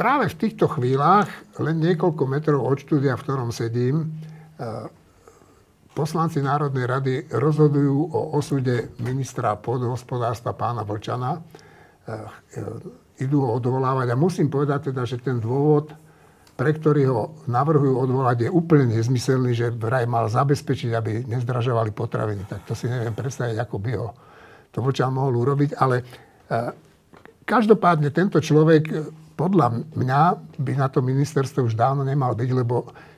práve v týchto chvíľach, len niekoľko metrov od štúdia, v ktorom sedím, poslanci Národnej rady rozhodujú o osude ministra pôdohospodárstva pána Vlčana. Idú ho odvolávať a musím povedať teda, že ten dôvod, pre ktorý ho navrhujú odvolať, je úplne nezmyselný, že vraj mal zabezpečiť, aby nezdražovali potraviny. Tak to si neviem predstaviť, ako by ho to Vlčan mohol urobiť. Ale každopádne tento človek podľa mňa by na to ministerstvo už dávno nemal byť, lebo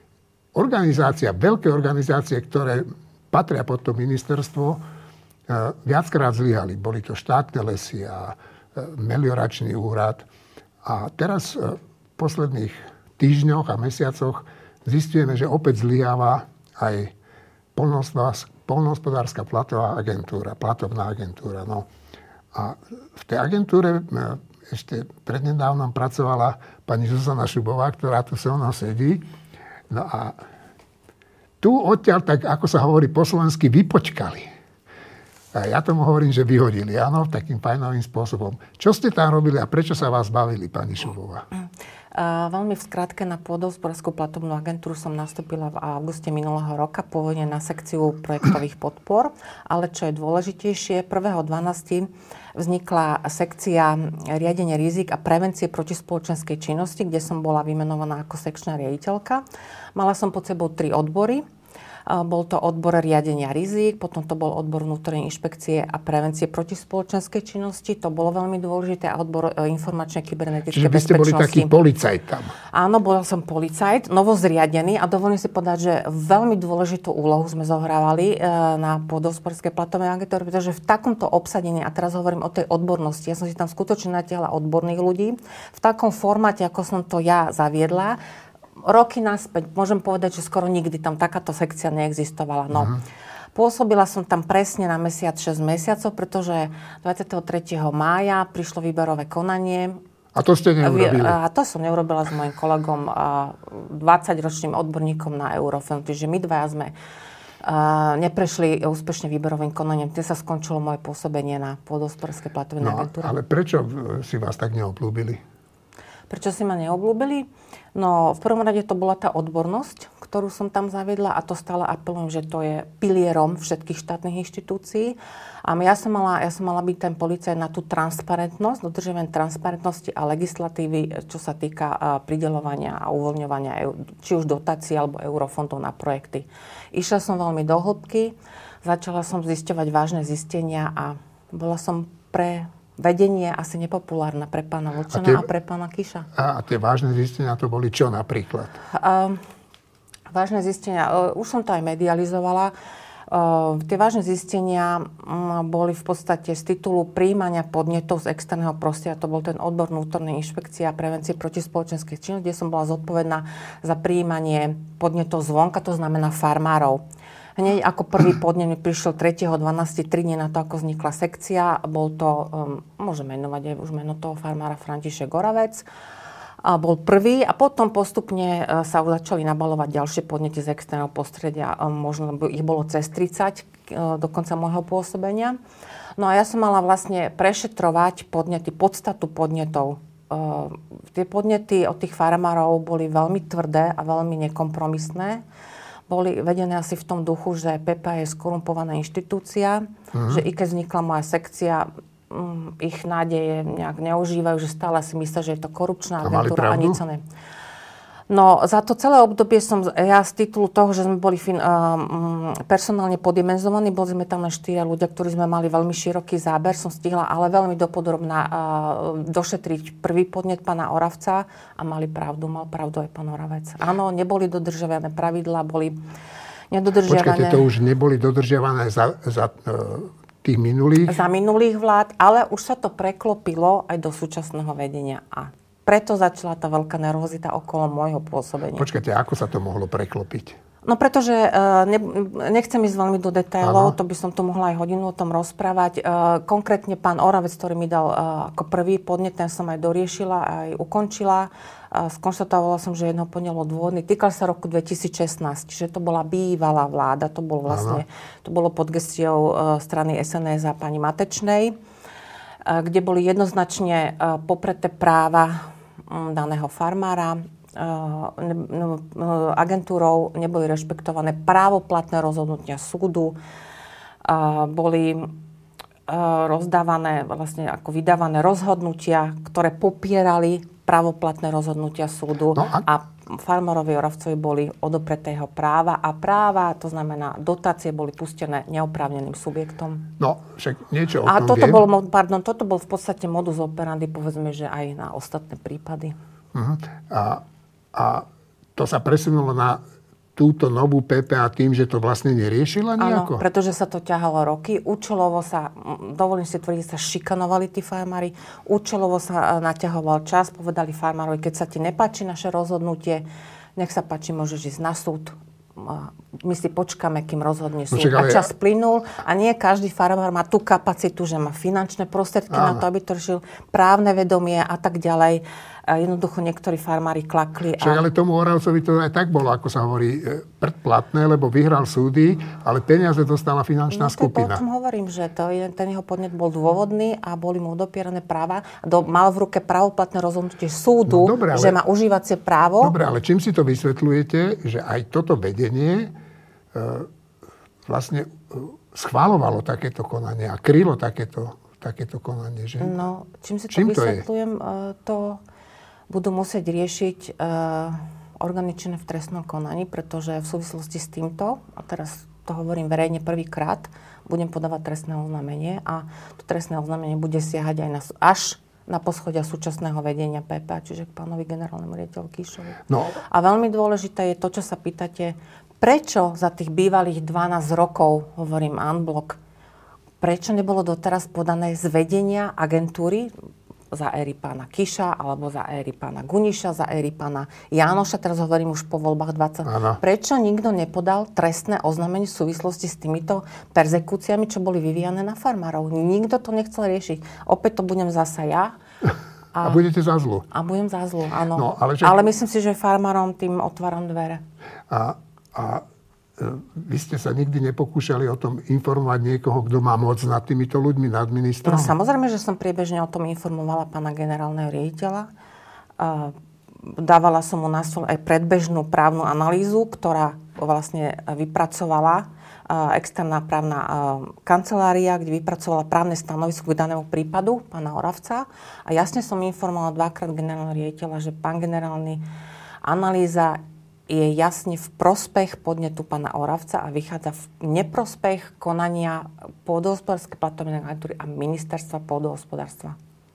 veľké organizácie, ktoré patria pod to ministerstvo, viackrát zlyhali. Boli to štátne lesy a melioračný úrad. A teraz v posledných týždňoch a mesiacoch zistujeme, že opäť zlyháva aj poľnohospodárska platovná agentúra. No. A v tej agentúre ešte prednedávnom pracovala pani Zuzana Šubová, ktorá tu so mnou sedí. No a tu odtiaľ, tak ako sa hovorí po slovensky, vypočkali. A ja tomu hovorím, že vyhodili, áno, takým fajnovým spôsobom. Čo ste tam robili a prečo sa vás bavili, pani Šubová? Veľmi v skratke na pôdohospodárskú platobnú agentúru som nastúpila v auguste minulého roka, pôvodne na sekciu projektových podpor. Ale čo je dôležitejšie, 1.12. vznikla sekcia riadenie rizik a prevencie protispoločenskej činnosti, kde som bola vymenovaná ako sekčná riaditeľka. Mala som pod sebou 3 odbory. Bol to odbor riadenia rizík, potom to bol odbor vnútornej inšpekcie a prevencie protispoločenskej činnosti. To bolo veľmi dôležité a odbor informačnej kybernetickej bezpečnosti. Čiže vy ste boli taký policajt tam. Áno, bol som policajt, novozriadený a dovolím si povedať, že veľmi dôležitú úlohu sme zohrávali na pôdohospodárskej platovej agentúre, pretože v takomto obsadení, a teraz hovorím o tej odbornosti, ja som si tam skutočne natiahla odborných ľudí, v takom formáte, ako som to ja zaviedla, roky naspäť, môžem povedať, že skoro nikdy tam takáto sekcia neexistovala. No. Pôsobila som tam presne na 6 mesiacov, pretože 23. mája prišlo výberové konanie. A to ste neurobili? A to som neurobila s mojím kolegom, 20-ročným odborníkom na Eurofond. Čiže my dvaja sme neprešli úspešne výberovým konaním. Tým sa skončilo moje pôsobenie na pôdohospodárskej platovej agentúre. Ale prečo si vás tak neobľúbili? Prečo si ma neobľúbili? No, v prvom rade to bola tá odbornosť, ktorú som tam zaviedla a to stále apelujem, že to je pilierom všetkých štátnych inštitúcií. A ja som mala byť ten policajt na tú transparentnosť, dodržiavanie transparentnosti a legislatívy, čo sa týka prideľovania a uvoľňovania či už dotácií alebo eurofondov na projekty. Išla som veľmi do hĺbky, začala som zisťovať vážne zistenia a bola som pre vedenie asi nepopulárna pre pána Vlčana a pre pána Kiša. A tie vážne zistenia to boli čo napríklad? Vážne zistenia, už som to aj medializovala. Tie vážne zistenia boli v podstate z titulu prijímania podnetov z externého prostredia. To bol ten odbor vnútornej inšpekcie a prevencie protispoločenskej činnosti, kde som bola zodpovedná za prijímanie podnetov zvonka, to znamená farmárov. Hneď ako prvý podnet mi prišiel 3.12. 3 dní na to, ako vznikla sekcia. Bol to, môžem menovať aj už meno toho farmára, František Goravec. A bol prvý a potom postupne sa začali nabalovať ďalšie podnety z externého prostredia. Možno ich bolo cez 30 do konca môjho pôsobenia. No a ja som mala vlastne prešetrovať podnety, podstatu podnetov. Tie podnety od tých farmárov boli veľmi tvrdé a veľmi nekompromisné. Boli vedené asi v tom duchu, že PPA je skorumpovaná inštitúcia, že i keď vznikla moja sekcia, ich nádeje nejak neužívajú, že stále si myslia, že je to korupčná agentúra a nič sa ne. No, za to celé obdobie som, ja z titulu toho, že sme boli personálne poddimenzovaní, boli sme tam len 4 ľudia, ktorí sme mali veľmi široký záber, som stihla ale veľmi dopodrobná došetriť prvý podnet pána Oravca a mal pravdu aj pán Oravec. Áno, neboli dodržiavané pravidlá, boli nedodržiavané. Počkajte, to už neboli dodržiavané za tých minulých? Za minulých vlád, ale už sa to preklopilo aj do súčasného vedenia a preto začala tá veľká nervozita okolo môjho pôsobenia. Počkajte, ako sa to mohlo preklopiť? No pretože nechcem ísť veľmi do detailov, to by som tu mohla aj hodinu o tom rozprávať. Konkrétne pán Oravec, ktorý mi dal ako prvý podnet, ten som aj doriešila, aj ukončila. Skonštatovala som, že jedno podnelo dôvodný. Týkal sa roku 2016, čiže to bola bývalá vláda, to bolo pod gestiou strany SNS a pani Matečnej, kde boli jednoznačne popreté práva daného farmára. Agentúrou neboli rešpektované právoplatné rozhodnutia súdu. Boli rozdávané, vlastne ako vydávané rozhodnutia, ktoré popierali právoplatné rozhodnutia súdu. A farmárovi Oravcovi boli odopreté jeho práva a práva, to znamená dotácie, boli pustené neoprávneným subjektom. No, však niečo o tom toto bol v podstate modus operandi, povedzme, že aj na ostatné prípady. A to sa presunulo na túto novú PPA tým, že to vlastne neriešila nejako? Áno, pretože sa to ťahalo roky. Účelovo sa, dovolím si tvrdiť, sa šikanovali tí farmári. Účelovo sa naťahoval čas. Povedali farmárovi, keď sa ti nepáči naše rozhodnutie, nech sa páči, môžeš ísť na súd. My si počkáme, kým rozhodne súd. A čas plynul a nie každý farmár má tú kapacitu, že má finančné prostriedky na to, aby to riešil, právne vedomie a tak ďalej. A jednoducho niektorí farmári klakli. Ale tomu Oravcovi to aj tak bolo, ako sa hovorí, predplatné, lebo vyhral súdy, ale peniaze dostala finančná skupina. O tom hovorím, že ten jeho podnet bol dôvodný a boli mu odopierané práva. Mal v ruke právoplatné rozhodnutie súdu, že má užívacie právo. Dobre, ale čím si to vysvetľujete, že aj toto vedenie vlastne schváľovalo takéto konanie a krylo takéto konanie? Že? No, čím si to vysvetľujem, to budú musieť riešiť orgány činné v trestnom konaní, pretože v súvislosti s týmto, a teraz to hovorím verejne prvýkrát, budem podávať trestné oznámenie a to trestné oznámenie bude siahať aj až na poschodia súčasného vedenia PPA, čiže k pánovi generálnemu riaditeľu Kišovi. No. A veľmi dôležité je to, čo sa pýtate, prečo za tých bývalých 12 rokov, hovorím unblock, prečo nebolo doteraz podané z vedenia agentúry za éry pána Kiša, alebo za éry pána Guniša, za éry pána Jánoša, teraz hovorím už po voľbách 20. Áno. Prečo nikto nepodal trestné oznámenie v súvislosti s týmito perzekúciami, čo boli vyvíjane na farmárov? Nikto to nechcel riešiť. Opäť to budem zasa ja. A budete za zlu. A budem za zlu, áno. No, ale myslím si, že farmárom tým otváram dvere. A vy ste sa nikdy nepokúšali o tom informovať niekoho, kto má moc nad týmito ľuďmi, nad ministrom? No samozrejme, že som priebežne o tom informovala pána generálneho riaditeľa. Dávala som mu na stôl aj predbežnú právnu analýzu, ktorá vlastne vypracovala externá právna kancelária, kde vypracovala právne stanovisko k danému prípadu pána Oravca. A jasne som informovala dvakrát generálneho riaditeľa, že pán generálny analýza je jasne v prospech podnetu pána Oravca a vychádza v neprospech konania pôdohospodárskej platobnej agentúry a ministerstva pôdohospodárstva.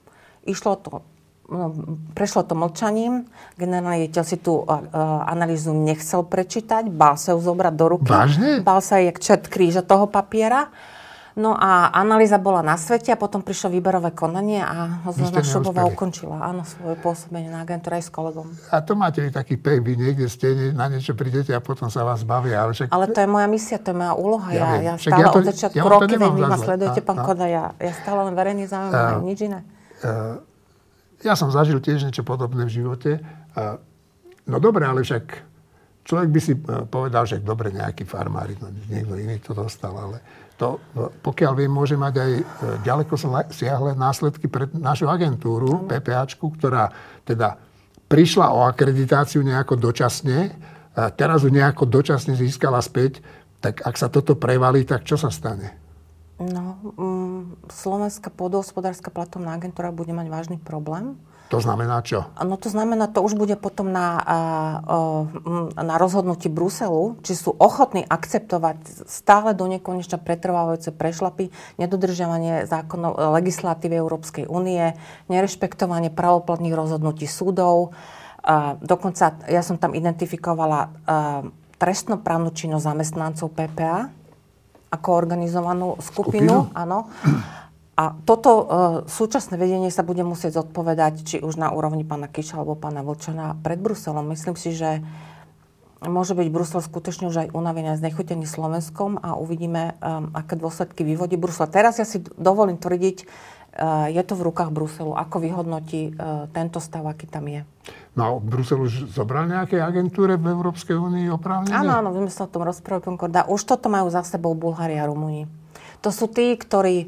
Prešlo to mlčaním. Generálny riaditeľ si tú analýzu nechcel prečítať, bál sa ju zobrať do ruky. Vážne? Bál sa jak čert kríža toho papiera. No a analýza bola na svete a potom prišlo výberové konanie a Zuzana Šubová ukončila svoje pôsobenie na agentúre aj s kolegom. A to máte taký pek, vy niekde ste, na niečo prídete a potom sa vás bavia. Ale to je moja misia, to je moja úloha. Ja stále od začiatku roky, vy ma sledujete, pán Koda, ja stále len verejný záujem, aj nič iné. Ja som zažil tiež niečo podobné v živote. No dobre, ale však človek by si povedal, že dobre, nejakí farmári, niekto iný to dostal, ale to, pokiaľ viem, môže mať aj ďaleko siahle následky pre našu agentúru, PPAčku, ktorá teda prišla o akreditáciu nejako dočasne, a teraz ju nejako dočasne získala späť, tak ak sa toto prevalí, tak čo sa stane? No, Slovenská pôdohospodárska platobná agentúra bude mať vážny problém. To znamená čo? No to znamená, to už bude potom na rozhodnutí Bruselu, či sú ochotní akceptovať stále do nekonečna pretrvávajúce prešľapy, nedodržiavanie zákonov legislatívy Európskej únie, nerešpektovanie pravoplatných rozhodnutí súdov. Dokonca ja som tam identifikovala trestnoprávnu činnosť zamestnancov PPA ako organizovanú skupinu. Áno. A toto súčasné vedenie sa bude musieť zodpovedať, či už na úrovni pána Kiša alebo pána Vlčana pred Bruselom. Myslím si, že môže byť Brusel skutočne už aj unavený a znechutený Slovenskom a uvidíme, aké dôsledky vyvodí Brusel. Teraz ja si dovolím tvrdiť, je to v rukách Bruselu. Ako vyhodnotí tento stav, aký tam je? No, Brusel už zobral nejaké agentúre v Európskej únii oprávnenie? Áno, my sme sa o tom rozprávali, pán Korda. Už toto majú za sebou Bulhári a Rumúni. To sú tí, ktorí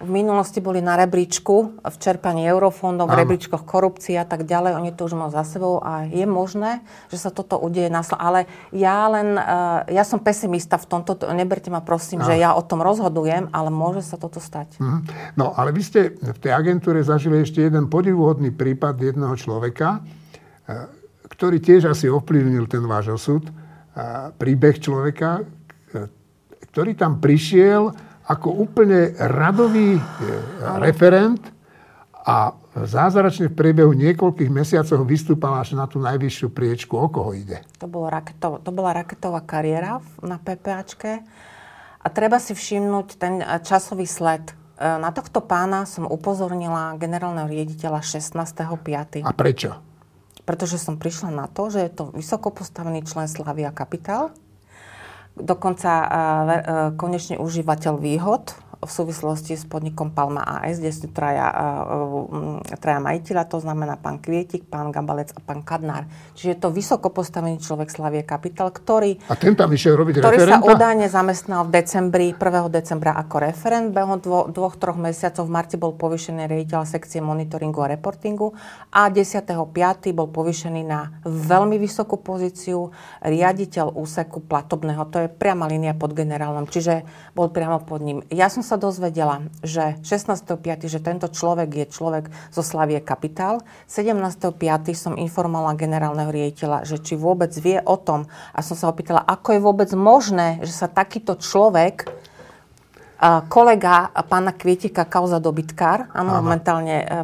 v minulosti boli na rebríčku v čerpaní eurofondov, v rebríčkoch korupcie a tak ďalej. Oni to už majú za sebou a je možné, že sa toto udeje na Slovensku. Ale ja som pesimista v tomto. Neberte ma prosím, že ja o tom rozhodujem, ale môže sa toto stať. No, ale vy ste v tej agentúre zažili ešte jeden podivuhodný prípad jedného človeka, ktorý tiež asi ovplyvnil ten váš osud. Príbeh človeka, ktorý tam prišiel ako úplne radový referent a zázračne v priebehu niekoľkých mesiacov vystúpal až na tú najvyššiu priečku. O koho ide? To bola raketová kariéra na PPAčke a treba si všimnúť ten časový sled. Na tohto pána som upozornila generálneho riaditeľa 16.5. A prečo? Pretože som prišla na to, že je to vysoko postavený člen Slavia Capital, dokonca konečne užívateľ výhod v súvislosti s podnikom Palma AS, kde sú traja majiteľa, to znamená pán Kvietik, pán Gabalec a pán Kadnár. Čiže je to vysoko postavený človek Slavie Capital, ktorý sa údajne zamestnal v 1. decembra ako referent. Behom 2-3 mesiacov v marci bol povýšený riaditeľ sekcie monitoringu a reportingu a 10.5. bol povýšený na veľmi vysokú pozíciu riaditeľ úseku platobného. To je priama línia pod generálom, čiže bol priamo pod ním. Ja som sa dozvedela, že 16.5., že tento človek je človek zo Slavie Capital. 17.5. som informovala generálneho riaditeľa, že či vôbec vie o tom. A som sa opýtala, ako je vôbec možné, že sa takýto človek, kolega pána Kvietika, kauza dobytkár, momentálne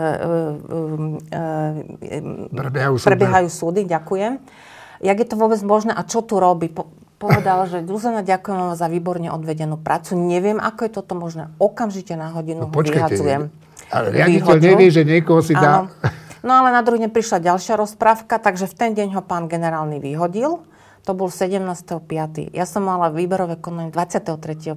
prebiehajú súdy, ďakujem. Jak je to vôbec možné a čo tu robí? Povedal, že Zuzana, ďakujem vám za výborne odvedenú prácu. Neviem, ako je toto možné. Okamžite na hodinu vyhadzujem. Ale riaditeľ nevie, že niekoho si dá... No ale na druhý deň prišla ďalšia rozprávka, takže v ten deň ho pán generálny vyhodil. To bol 17.5. Ja som mala výberové konanie 23.5.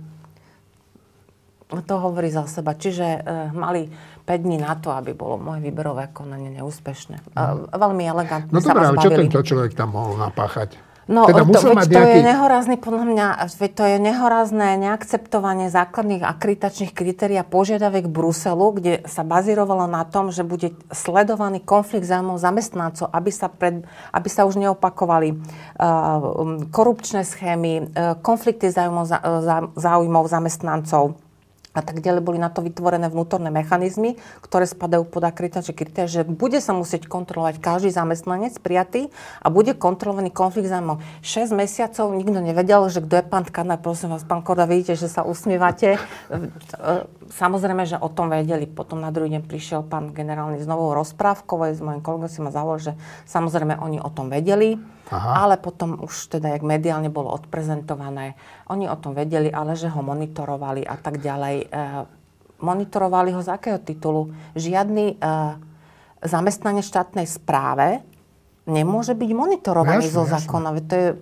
To hovorí za seba. Čiže mali 5 dní na to, aby bolo moje výberové konanie neúspešné. Veľmi elegantne sa ma zbavili. No dobré, ale čo tento človek tam mohol napáchať? No, teda to je nehorázny, podľa mňa, to je nehorázne neakceptovanie základných akreditačných kritérií a požiadaviek Bruselu, kde sa bazírovalo na tom, že bude sledovaný konflikt záujmov zamestnancov, aby sa už neopakovali korupčné schémy, konflikty záujmov zamestnancov a tak ďalej. Boli na to vytvorené vnútorné mechanizmy, ktoré spadajú pod akreditačné kritéria, že bude sa musieť kontrolovať každý zamestnanec prijatý a bude kontrolovaný konflikt záujmov. 6 mesiacov nikto nevedel, že kto je pán Kadnár. Prosím vás, pán Korda, vidíte, že sa usmievate. Samozrejme, že o tom vedeli. Potom na druhý deň prišiel pán generálny s novou rozprávkou, s mojim kolegom si ma zavolal, že samozrejme oni o tom vedeli. Aha. Ale potom už teda, jak mediálne bolo odprezentované, oni o tom vedeli, ale že ho monitorovali a tak ďalej. Monitorovali ho z akého titulu? Žiadny zamestnanec štátnej správe nemôže byť monitorovaný zo zákona. To je,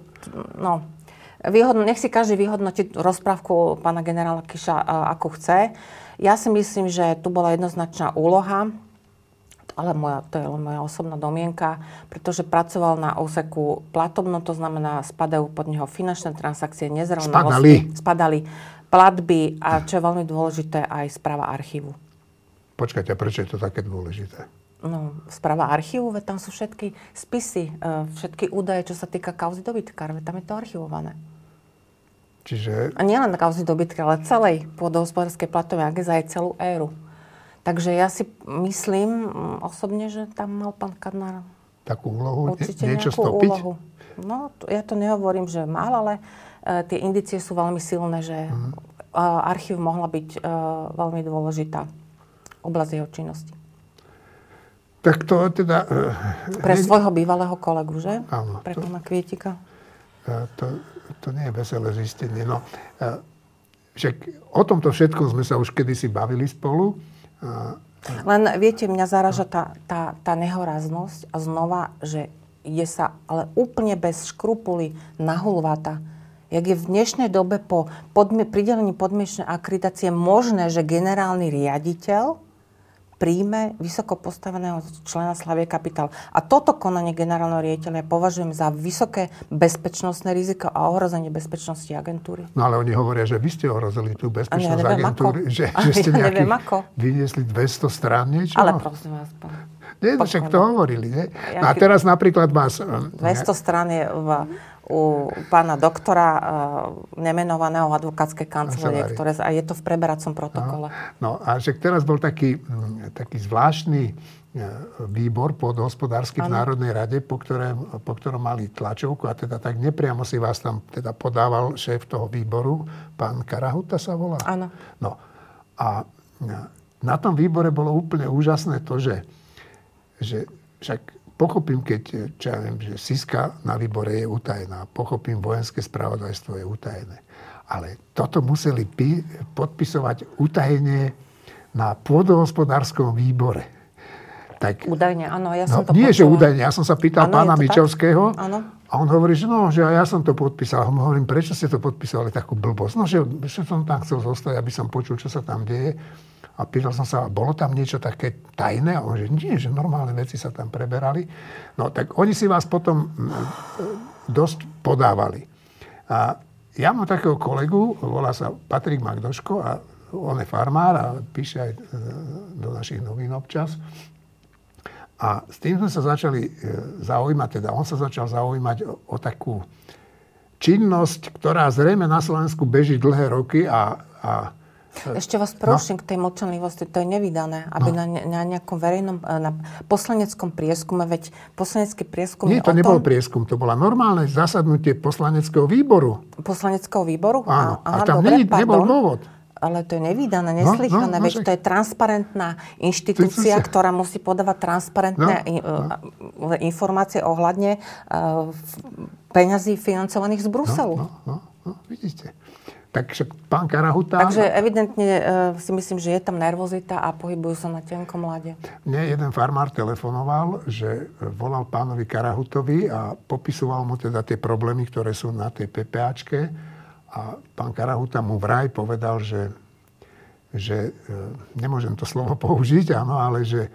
nech si každý vyhodnotí rozprávku pána generála Kiša ako chce. Ja si myslím, že tu bola jednoznačná úloha, ale to je len moja osobná domienka, pretože pracoval na úseku platobno, to znamená, spadajú pod neho finančné transakcie, nezrovnalosti. Spadali platby a, čo je veľmi dôležité, aj správa archívu. Počkajte, prečo je to také dôležité? No, správa archívu, veď tam sú všetky spisy, všetky údaje, čo sa týka kauzy dobytkár, veď tam je to archivované. Čiže... A nielen kauzy dobytkár, ale celej pôdohospodárskej platovej agentúry aj celú éru. Takže ja si myslím osobne, že tam mal pán Kadnár takú úlohu, určite niečo nejakú stopiť? Úlohu. No, ja to nehovorím, že mal, ale tie indície sú veľmi silné, že archív mohla byť veľmi dôležitá oblasť jeho činnosti. Tak to teda... Pre svojho bývalého kolegu, že? Áno. Pre pána Kvietika. To nie je veselé zistenie. No, však o tomto všetkom sme sa už kedysi bavili spolu. Len viete, mňa zaráža tá nehoráznosť a znova, že ide sa ale úplne bez škrupulí na hulváta. Jak je v dnešnej dobe po pridelení podmienečnej akreditácie možné, že generálny riaditeľ príjme vysoko postaveného člena Slavie Kapitál. A toto konanie generálneho riaditeľa považujem za vysoké bezpečnostné riziko a ohrozenie bezpečnosti agentúry. No ale oni hovoria, že vy ste ohrozili tú bezpečnosť agentúry, že ste neviem vyniesli 200 strán niečo. Ale prosím vás, pán. Nie, však to hovorili, nie? No a teraz napríklad vás... 200 strán je u pána doktora nemenovaného advokátskej kancelárie, a je to v preberacom protokole. No a že teraz bol taký zvláštny výbor podhospodársky v Národnej rade, po ktorom mali tlačovku a teda tak nepriamo si vás tam teda podával šéf toho výboru, pán Karahuta sa volá. Áno. No a na tom výbore bolo úplne úžasné to, že však pochopím, keď, že SIS-ka na výbore je utajená, pochopím, vojenské spravodajstvo je utajené. Ale toto museli podpisovať utajenie na pôdohospodárskom výbore. Tak, údajne, áno, ja som to nie, že údajne, ja som sa pýtal pána Mičovského a on hovorí, že ja som to podpísal. Hovorím, prečo ste to podpísali takú blbosť? No, že som tam chcel zostať, aby som počul, čo sa tam deje. A pýtal som sa, bolo tam niečo také tajné? A on že nie, že normálne veci sa tam preberali. No tak oni si vás potom dosť podávali. A ja mám takého kolegu, volá sa Patrik Magdoško a on je farmár a píše aj do našich novín občas. A s tým sme sa začali zaujímať, teda on sa začal zaujímať o takú činnosť, ktorá zrejme na Slovensku beží dlhé roky a ešte vás prosím k tej mlčanlivosti, to je nevydané, aby na nejakom verejnom, na poslaneckom prieskume, veď poslanecký prieskum nie, to nebol prieskum, to bola normálne zasadnutie poslaneckého výboru. Poslaneckého výboru? Áno, a tam nebol dôvod. Ale to je nevydané, neslychané, veď to je transparentná inštitúcia, ktorá musí podávať transparentné informácie ohľadne peňazí financovaných z Bruselu. No, vidíte. Takže pán Karahuta... Takže evidentne si myslím, že je tam nervozita a pohybujú sa na tenkom ľade. Mne jeden farmár telefonoval, že volal pánovi Karahutovi a popisoval mu teda tie problémy, ktoré sú na tej PPAčke. A pán Karahuta mu vraj povedal, že nemôžem to slovo použiť, áno, ale že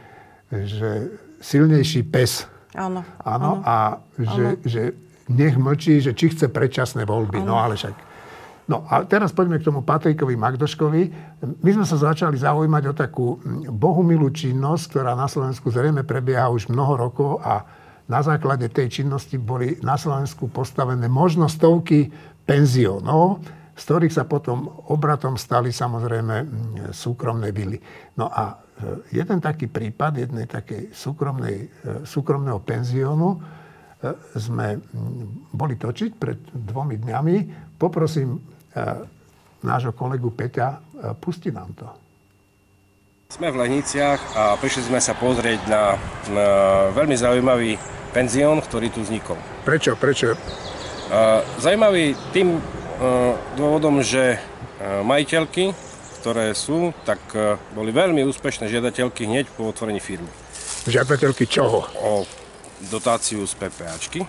silnejší pes. Áno. A že nech mlčí, že či chce predčasné voľby. Áno. No ale však... No a teraz poďme k tomu Patrikovi Magdoškovi. My sme sa začali zaujímať o takú bohumilú činnosť, ktorá na Slovensku zrejme prebieha už mnoho rokov a na základe tej činnosti boli na Slovensku postavené možno stovky penziónov, z ktorých sa potom obratom stali samozrejme súkromné vily. No a jeden taký prípad, jednej takej súkromného penziónu sme boli točiť pred 2 dňami. Poprosím nášho kolegu Peťa, pusti nám to. Sme v Lehniciach a prišli sme sa pozrieť na veľmi zaujímavý penzión, ktorý tu vznikol. Prečo? Zaujímavý tým dôvodom, že majiteľky, ktoré sú, tak boli veľmi úspešné žiadateľky hneď po otvorení firmy. Žiadateľky čoho? O dotáciu z PPAčky.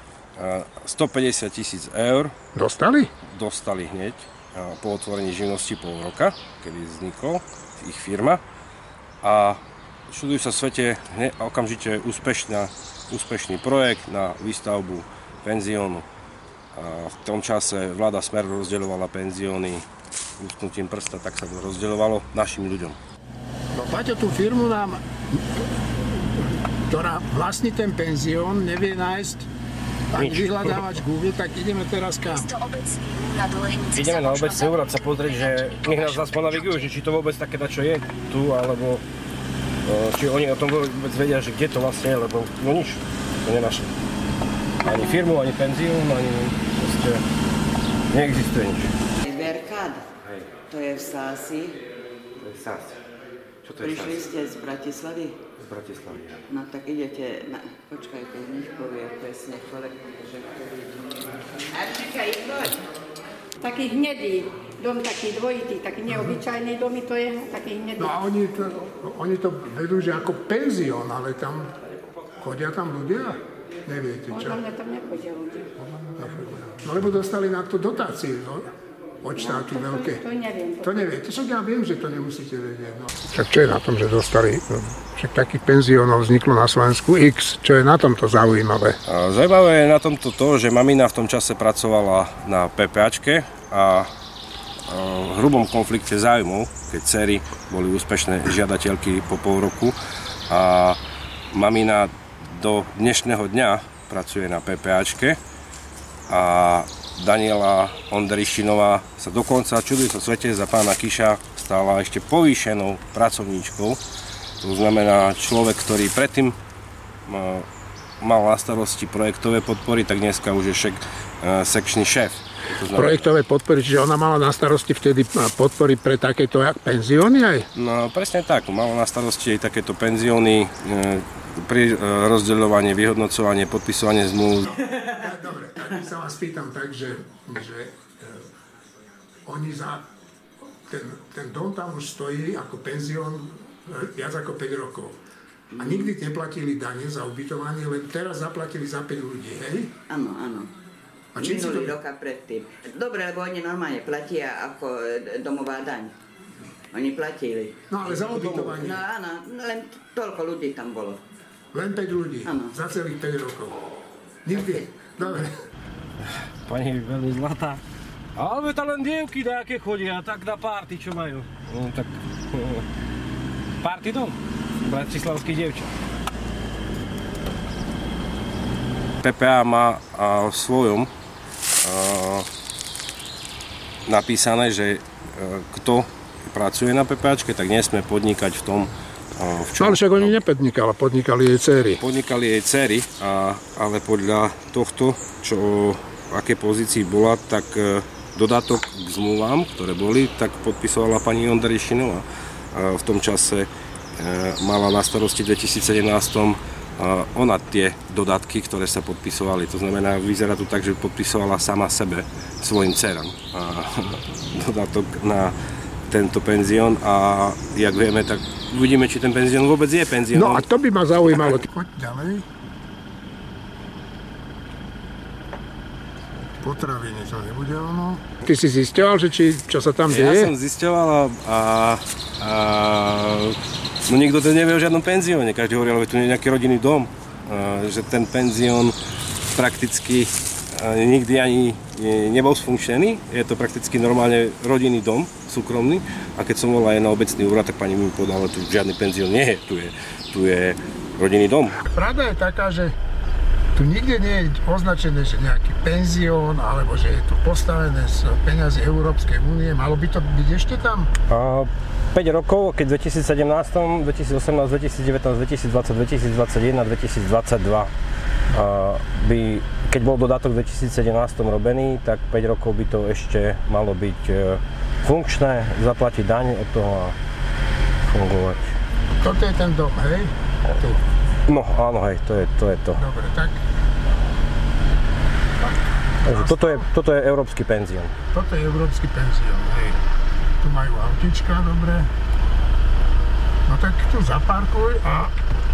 150 000 eur. Dostali hneď po otvorení živnosti pol roka, kedy vznikol ich firma. A študujú sa v svete okamžite úspešný projekt na výstavbu penziónu. A v tom čase vláda Smer rozdeľovala penzióny lusknutím prsta, tak sa to rozdeľovalo našim ľuďom. No Paťo, tú firmu nám, ktorá vlastní ten penzión, nevie nájsť ani vyhľadávač Google, tak ideme teraz kam? Ideme na obecný úrad sa pozrieť, že nech nás aspoň navigujú, že či to vôbec také dačo je tu, alebo či oni o tom vôbec vedia, že kde to vlastne je, lebo no nič, to nenašli. Ani firmu, ani penzión, ani proste neexistuje nič. Mercad, to je v Sási. To je Sási. Čo to je Prišli ste z Bratislavy? Z Bratislavy, ja. No tak idete, počkajte, nech povie presne kolega, že ktorý... Arčika, poď. Taký hnedý dom, taký dvojitý, taký neobyčajný dom, to je taký hnedý. No a oni to vedú, že ako penzión, ale tam chodia tam ľudia? Neviete čo? Podľa mňa tam nechodia ľudia. No lebo dostali na to dotácie, no? od štátu veľké? To neviem. To neviete, však ja viem, že to nemusíte vedieť. No. Však čo je na tom, že dostali, však takých penziónov vzniklo na Slovensku X, čo je na tomto zaujímavé? Zaujímavé je na tomto to, že mamina v tom čase pracovala na PPAčke a v hrubom konflikte záujmov, keď dcery boli úspešné žiadateľky po pol roku a mamina do dnešného dňa pracuje na PPAčke a Daniela Onderišinová sa dokonca čuduje sa svete za pána Kiša stala ešte povýšenou pracovníčkou. To znamená človek, ktorý predtým mal na starosti projektové podpory, tak dneska už je sekčný šéf. Projektové podpory, čiže ona mala na starosti vtedy podpory pre takéto penzióny aj? No presne tak, mala na starosti aj takéto penzióny, pri rozdeľovanie, vyhodnocovanie, podpisovanie zmluv. Dobre, tak sa vás pýtam tak, že oni za ten dom tam už stojí ako penzión viac ako 5 rokov. A nikdy neplatili dane za ubytovanie, len teraz zaplatili za 5 ľudí, hej? Áno, áno. Minulý rok a predtým. Dobre, lebo oni normálne platia ako domová daň. Oni platili. No ale za ubytovanie. No áno, len toľko ľudí tam bolo. Len 5 ľudí, ano. Za celých 5 rokov. Nikdy. Dobre. Pani je veľmi zlatá. Ale tam len dievky nejaké chodia, tak na párty, čo majú. No tak... Párty dom. Bratislavský dievčat. PPA má v svojom napísané, že kto pracuje na PPAčke, tak nesmie podnikať v tom, v čom. Ale však oni nepodnikali, podnikali jej dcery. Podnikali jej dcery, ale podľa tohto, čo v akej pozícii bola, tak dodatok k zmluvám, ktoré boli, tak podpisovala pani Onderišinová. V tom čase mala na starosti v 2017 ona tie dodatky, ktoré sa podpisovali. To znamená, vyzerá to tak, že podpisovala sama sebe, svojim dcerám dodatok na tento penzión a jak vieme, tak uvidíme, či ten penzión vôbec je penzión. No a to by ma zaujímalo. Poď ďalej. Potraviny to nebude ono. Ty si zisťoval, že čo sa tam deje? Ja som zisťoval a no nikto to nevie o žiadnom penzióne. Každý hovorí, ale tu je nejaký rodinný dom. Že ten penzión prakticky nikdy ani nebol sfunkčený. Je to prakticky normálne rodinný dom, súkromný. A keď som volal aj na obecný úrad, tak pani mi povedala, že tu žiadny penzión nie je. Tu je rodinný dom. Pravda je taká, že tu nikde nie je označené, že nejaký penzión, alebo že je to postavené z peňazí Európskej únie. Malo by to byť ešte tam? 5 rokov, keď v 2017, 2018, 2019, 2020, 2021, 2022 by, keď bol dodatok v 2017 robený, tak 5 rokov by to ešte malo byť funkčné, zaplatiť daň od toho a fungovať. Toto je ten dom, hej? Tu. No áno, hej, to je to. Dobre, tak. Takže toto je európsky penzión. Toto je európsky penzión, hej. Tu majú autička, dobre. No tak tu zaparkuj a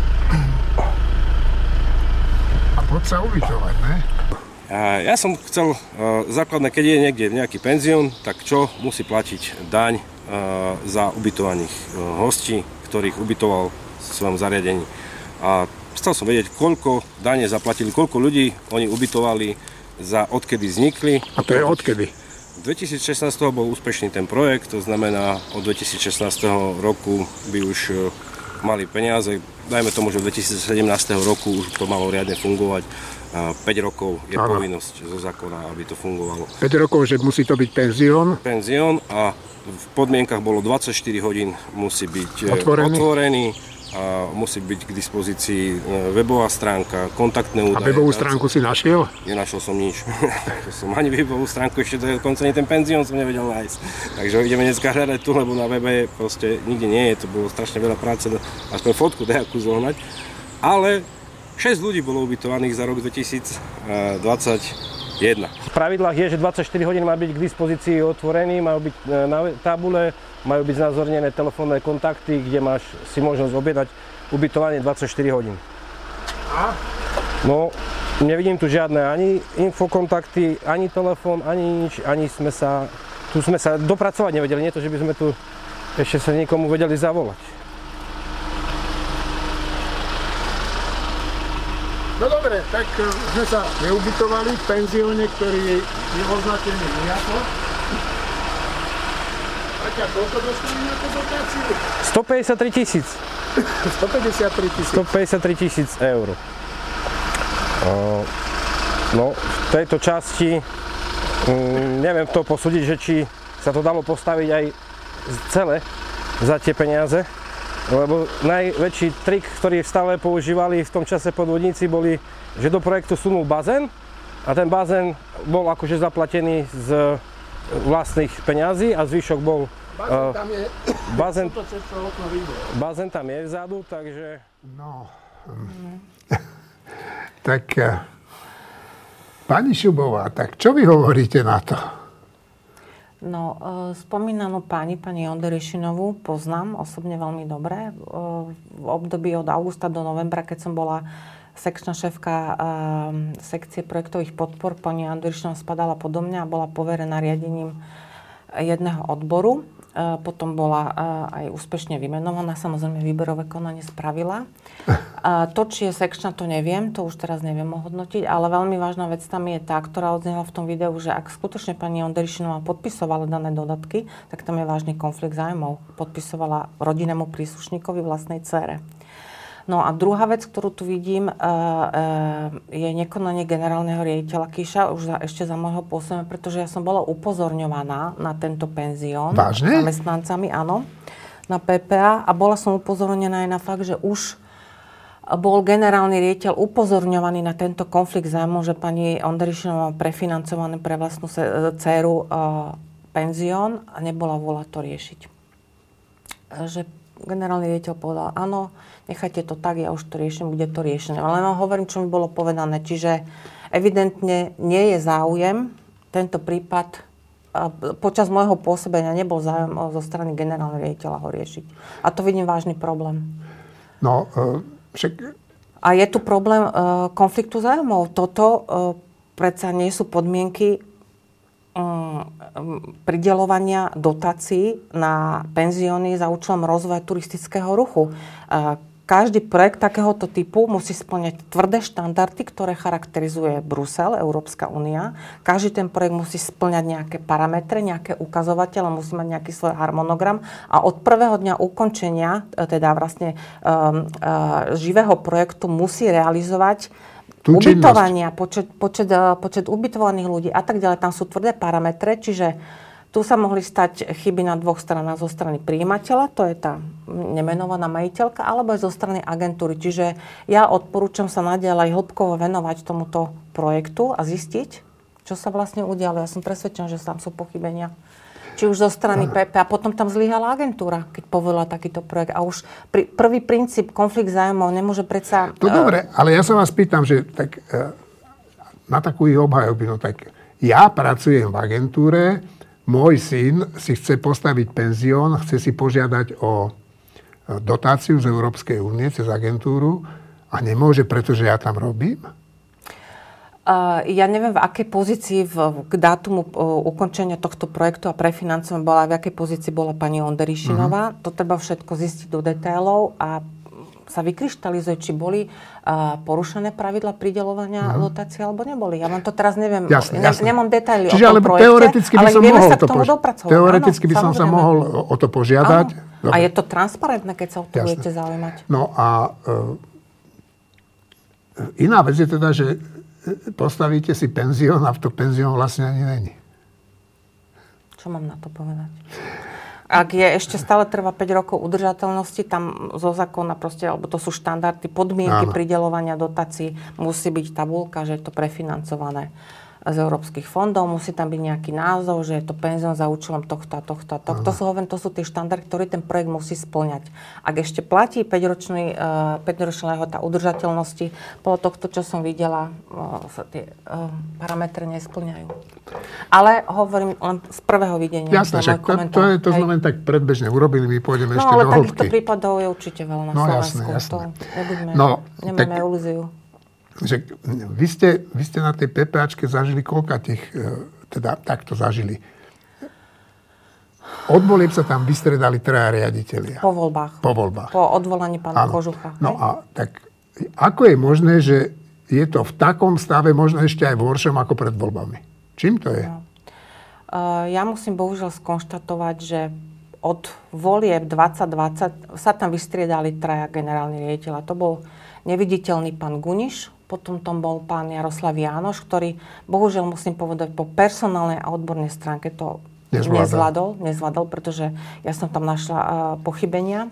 poď sa ubytovať, ne? Ja som chcel základné, keď je niekde nejaký penzión, tak čo musí platiť daň za ubytovaných hostí, ktorých ubytoval v svojom zariadení. A chcel som vedieť, koľko dane zaplatili, koľko ľudí oni ubytovali za odkedy vznikli. A to je odkedy? V 2016 bol úspešný ten projekt, to znamená od 2016 roku by už mali peniaze. Dajme tomu, že v 2017 roku už to malo riadne fungovať. 5 rokov je povinnosť zo zákona, aby to fungovalo. 5 rokov, že musí to byť penzión? Penzión a v podmienkach bolo 24 hodín musí byť otvorený. A musí byť k dispozícii webová stránka, kontaktné údaje. A webovú stránku si našiel? Nenašiel som nič. Som ani webovú stránku, ešte dokonca ani ten penzión som nevedel nájsť. Takže ideme dneska hľadať tu, lebo na webe proste nikde nie je. To bolo strašne veľa práce, aspoň fotku nejakú zohnať. Ale 6 ľudí bolo ubytovaných za rok 2021. V pravidlách je, že 24 hodín má byť k dispozícii otvorený, majú byť na tabule, majú byť znázornené telefónne kontakty, kde máš si možnosť objednať ubytovanie 24 hodín. A? No, nevidím tu žiadne ani infokontakty, ani telefón, ani nič, ani sme sa tu tu sme sa dopracovať nevedeli, nie to, že by sme tu ešte sa niekomu vedeli zavolať. No dobre, tak sme sa neubytovali v penzióne, ktorý je označený nejako. A koľko dostali na tú dotáciu? 153 000. 153 000 eur. No, v tejto časti neviem to posúdiť, že či sa to dalo postaviť aj celé za tie peniaze. Lebo najväčší trik, ktorý stále používali v tom čase podvodníci, boli, že do projektu sunul bazén a ten bazén bol akože zaplatený z vlastných peňazí a zvyšok bol... Bazén tam je vzadu, takže... No... Tak... Pani Šubová, tak čo vy hovoríte na to? No, spomínanú pani Onderišinovú poznám osobne veľmi dobre. V období od augusta do novembra, keď som bola sekčná šéfka sekcie projektových podpor, pani Onderišinová spadala podo mňa a bola poverená riadením jedného odboru. Potom bola aj úspešne vymenovaná, samozrejme výberové konanie spravila. To, či je sekčná, to neviem, to už teraz neviem ohodnotiť, ale veľmi vážna vec tam je tá, ktorá odznela v tom videu, že ak skutočne pani Onderišinová podpisovala dané dodatky, tak tam je vážny konflikt zájmov. Podpisovala rodinnému príslušníkovi vlastnej dcére. No a druhá vec, ktorú tu vidím, je nekonanie generálneho riaditeľa Kiša, ešte za môjho pôsobenia, pretože ja som bola upozorňovaná na tento penzión. Vážne? Zamestnancami, áno, na PPA a bola som upozornená aj na fakt, že už bol generálny riaditeľ upozorňovaný na tento konflikt zájmov, že pani Onderišinová má prefinancované pre vlastnú dcéru penzión a nebola vôľa to riešiť. Že generálny riaditeľ povedal, áno, nechajte to tak, ja už to riešim, bude to riešené. Ale len hovorím, čo mi bolo povedané. Čiže evidentne nie je záujem. Tento prípad počas môjho pôsobenia nebol záujem zo strany generálneho riaditeľa ho riešiť. A to vidím vážny problém. No, však... A je tu problém konfliktu záujmov. Toto predsa nie sú podmienky prideľovania dotácií na penzióny za účelom rozvoja turistického ruchu. Každý projekt takéhoto typu musí spĺňať tvrdé štandardy, ktoré charakterizuje Brusel, Európska únia. Každý ten projekt musí spĺňať nejaké parametre, nejaké ukazovatele, musí mať nejaký svoj harmonogram a od prvého dňa ukončenia, teda vlastne živého projektu musí realizovať ubytovania, počet ubytovaných ľudí a tak ďalej. Tam sú tvrdé parametre, čiže tu sa mohli stať chyby na dvoch stranách. Zo strany prijímateľa, to je tá nemenovaná majiteľka, alebo aj zo strany agentúry. Čiže ja odporúčam sa naďalej hĺbkovo venovať tomuto projektu a zistiť, čo sa vlastne udialo. Ja som presvedčená, že tam sú pochybenia. Či už zo strany PP a potom tam zlyhala agentúra, keď povolila takýto projekt. A už prvý princíp, konflikt zájmov, nemôže predsa... No dobre, ale ja sa vás pýtam, že tak, na takú ich obhajobu, no tak ja pracujem v agentúre, môj syn si chce postaviť penzión, chce si požiadať o dotáciu z Európskej únie cez agentúru a nemôže, pretože ja tam robím? Ja neviem, v akej pozícii k dátumu ukončenia tohto projektu a prefinancovania bola, v akej pozícii bola pani Onderišinová. To treba všetko zistiť do detailov a sa vykryštalizuje, či boli porušené pravidlá prideľovania dotácií alebo neboli. Ja vám to teraz neviem, nemám detaily o tom projekte, teoreticky ale vieme sa k tomu dopracovať. Teoreticky by som sa mohol o to požiadať. A je to transparentné, keď sa o to budete zaujímať. No a iná vec je teda, že postavíte si penzión a to penzión vlastne ani není. Čo mám na to povedať? Ak je ešte stále trvá 5 rokov udržateľnosti, tam zo zákona proste, alebo to sú štandardy, podmienky prideľovania dotácií, musí byť tabuľka, že je to prefinancované z európskych fondov, musí tam byť nejaký názov, že je to penzión za účelom tohto a tohto. To sú tie štandardy, ktoré ten projekt musí spĺňať. Ak ešte platí 5-ročná lehota udržateľnosti, podľa tohto, čo som videla, sa tie parametre nespĺňajú. Ale hovorím len z prvého videnia. Jasné, že to sme len tak predbežne urobili, my pôjdeme ešte do hĺbky. No ale takýchto prípadov je určite veľa na Slovensku. Jasné. Nemáme ilúziu. Že vy ste na tej PPAčke zažili koľka tých, teda takto zažili? od volieb sa tam vystredali 3 riaditelia. Po voľbách. Po odvolaní pána Kožucha. No a tak ako je možné, že je to v takom stave možno ešte aj v horšom ako pred voľbami? Čím to je? No. Ja musím bohužiaľ skonštatovať, že od volieb 2020 sa tam vystriedali 3 generálni riaditeľa. To bol neviditeľný pán Guniš, potom tam bol pán Jaroslav Jánoš, ktorý, bohužiaľ musím povedať, po personálnej a odbornej stránke to nezvládol, pretože ja som tam našla pochybenia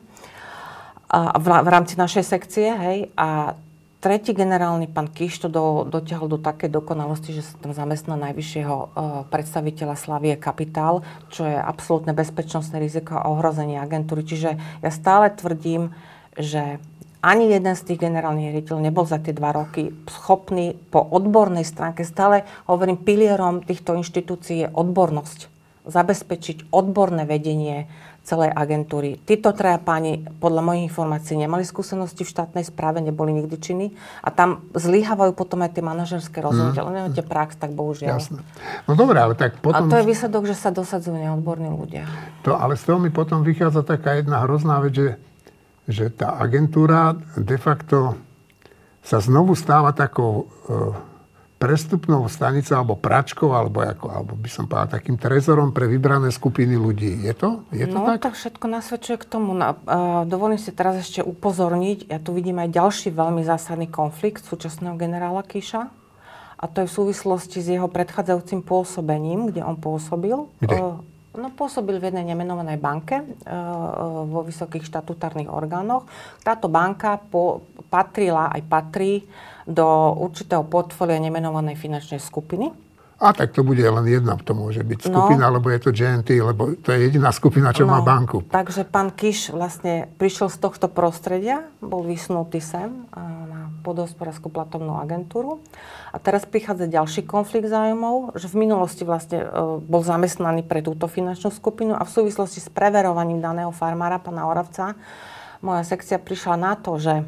v rámci našej sekcie, hej, a tretí generálny pán Kiš to dotiahol do takej dokonalosti, že sa tam zamestná najvyššieho predstaviteľa Slavie Kapitál, čo je absolútne bezpečnostné riziko a ohrozenie agentúry. Čiže ja stále tvrdím, že ani jeden z tých generálnych riaditeľov nebol za tie 2 roky schopný po odbornej stránke, stále hovorím, pilierom týchto inštitúcií je odbornosť. Zabezpečiť odborné vedenie celej agentúry. Títo 3 páni, podľa mojich informácií, nemali skúsenosti v štátnej správe, neboli nikdy činní a tam zlyhávajú potom aj tie manažerské rozhodnutia. Ale nemáte prax, tak bohužiaľ. Jasné. No dobré, ale tak potom... A to je výsledok, že sa dosadzujú neodborní ľudia. Ale z toho mi potom vychádza taká jedna hrozná vec, že tá agentúra de facto sa znovu stáva takou prestupnou stanicou alebo pračkou, alebo by som povedal takým trezorom pre vybrané skupiny ľudí. Je to tak? To všetko nasvedčuje k tomu. Dovolím si teraz ešte upozorniť, ja tu vidím aj ďalší veľmi zásadný konflikt súčasného generála Kiša. A to je v súvislosti s jeho predchádzajúcim pôsobením, kde on pôsobil. Kde? Pôsobil v jednej nemenovanej banke vo vysokých štatutárnych orgánoch. Táto banka patrila aj patrí do určitého portfólia nemenovanej finančnej skupiny. A tak to bude len jedna, to môže byť skupina, lebo je to GNT, lebo to je jediná skupina, čo má banku. Takže pán Kiš vlastne prišiel z tohto prostredia, bol vysunutý sem na Pôdohospodársku platobnú agentúru. A teraz prichádza ďalší konflikt záujmov, že v minulosti vlastne bol zamestnaný pre túto finančnú skupinu a v súvislosti s preverovaním daného farmára, pána Oravca, moja sekcia prišla na to, že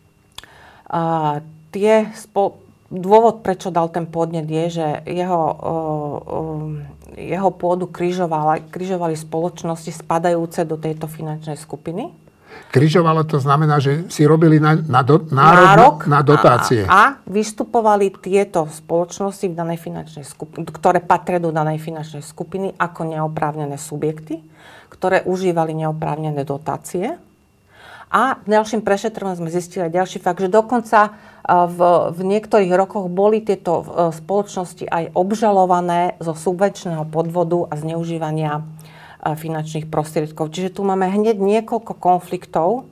dôvod, prečo dal ten podnet, je, že jeho pôdu križovali spoločnosti spadajúce do tejto finančnej skupiny. Križovalo to znamená, že si robili nárok na dotácie. A vystupovali tieto spoločnosti v danej finančnej skupine, ktoré patria do danej finančnej skupiny ako neoprávnené subjekty, ktoré užívali neoprávnené dotácie. A v ďalším prešetrovaní sme zistili aj ďalší fakt, že dokonca v niektorých rokoch boli tieto spoločnosti aj obžalované zo subvenčného podvodu a zneužívania finančných prostriedkov. Čiže tu máme hneď niekoľko konfliktov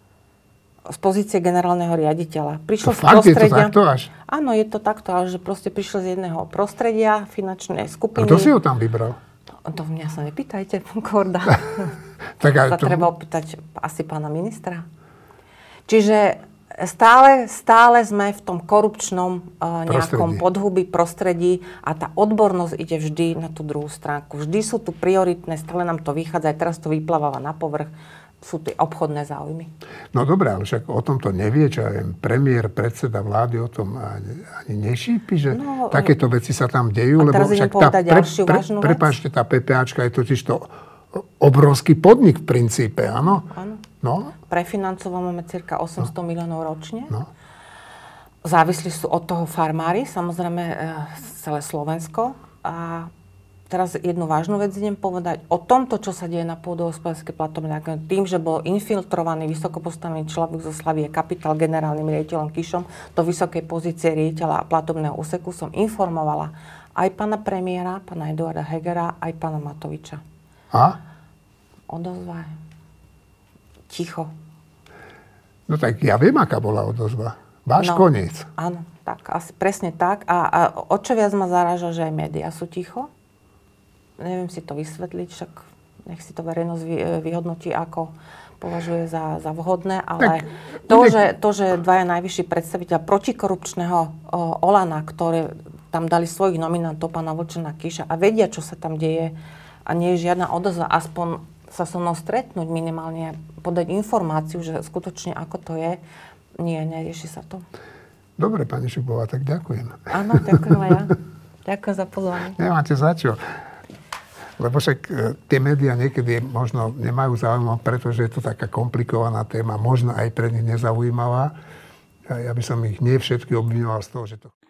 z pozície generálneho riaditeľa. Prišlo z prostredia... Je to takto až? Áno, je to takto, ale že proste prišlo z jedného prostredia finančnej skupiny. A kto si ho tam vybral? To mňa sa nepýtajte, pán Korda. Tak sa treba opýtať asi pána ministra. Čiže stále sme v tom korupčnom nejakom podhubí, prostredí a tá odbornosť ide vždy na tú druhú stránku. Vždy sú tu prioritné, stále nám to vychádza, aj teraz to vypláva na povrch, sú tie obchodné záujmy. No dobré, ale však o tom to nevie, čo ja viem, premiér, predseda vlády o tom ani nešípi, že takéto veci sa tam dejú, lebo však prepáčte, tá PPAčka je totiž to obrovský podnik v princípe, áno? Áno. No. Prefinancovávame cirka 800 miliónov ročne. No. Závislí sú od toho farmári, samozrejme celé Slovensko. A teraz jednu vážnu vec idem povedať. O tomto, čo sa deje na Pôdohospodárskej platobnej agentúre, tým, že bol infiltrovaný vysokopostavený človek zo Slavie Kapitál generálnym riaditeľom Kišom do vysokej pozície riaditeľa platobného úseku, som informovala aj pána premiéra, pána Eduarda Hegera, aj pána Matoviča. A? Odozva. Ticho. No tak ja viem, aká bola odozva. Váš koniec. Áno, tak, asi presne tak. A o čo viac ma zaráža, že aj médiá sú ticho. Neviem si to vysvetliť, však nech si to verejnosť vyhodnotí, ako považuje za vhodné, ale to, že dvaja najvyšší predstaviteľ protikorupčného Olana, ktoré tam dali svojich nominantov, pána Vlčana, Kiša, a vedia, čo sa tam deje, a nie je žiadna odozva, aspoň sa so mnou stretnúť minimálne, podať informáciu, že skutočne ako to je. Nie, nerieši sa to. Dobre, pani Šubová, tak ďakujem. Áno, ďakujem aj ja. Ďakujem za pozvanie. Nemáte za čo. Lebo však tie médiá niekedy možno nemajú záujem, pretože je to taká komplikovaná téma, možno aj pre nich nezaujímavá. Ja by som ich nie všetky obviňoval z toho, že to...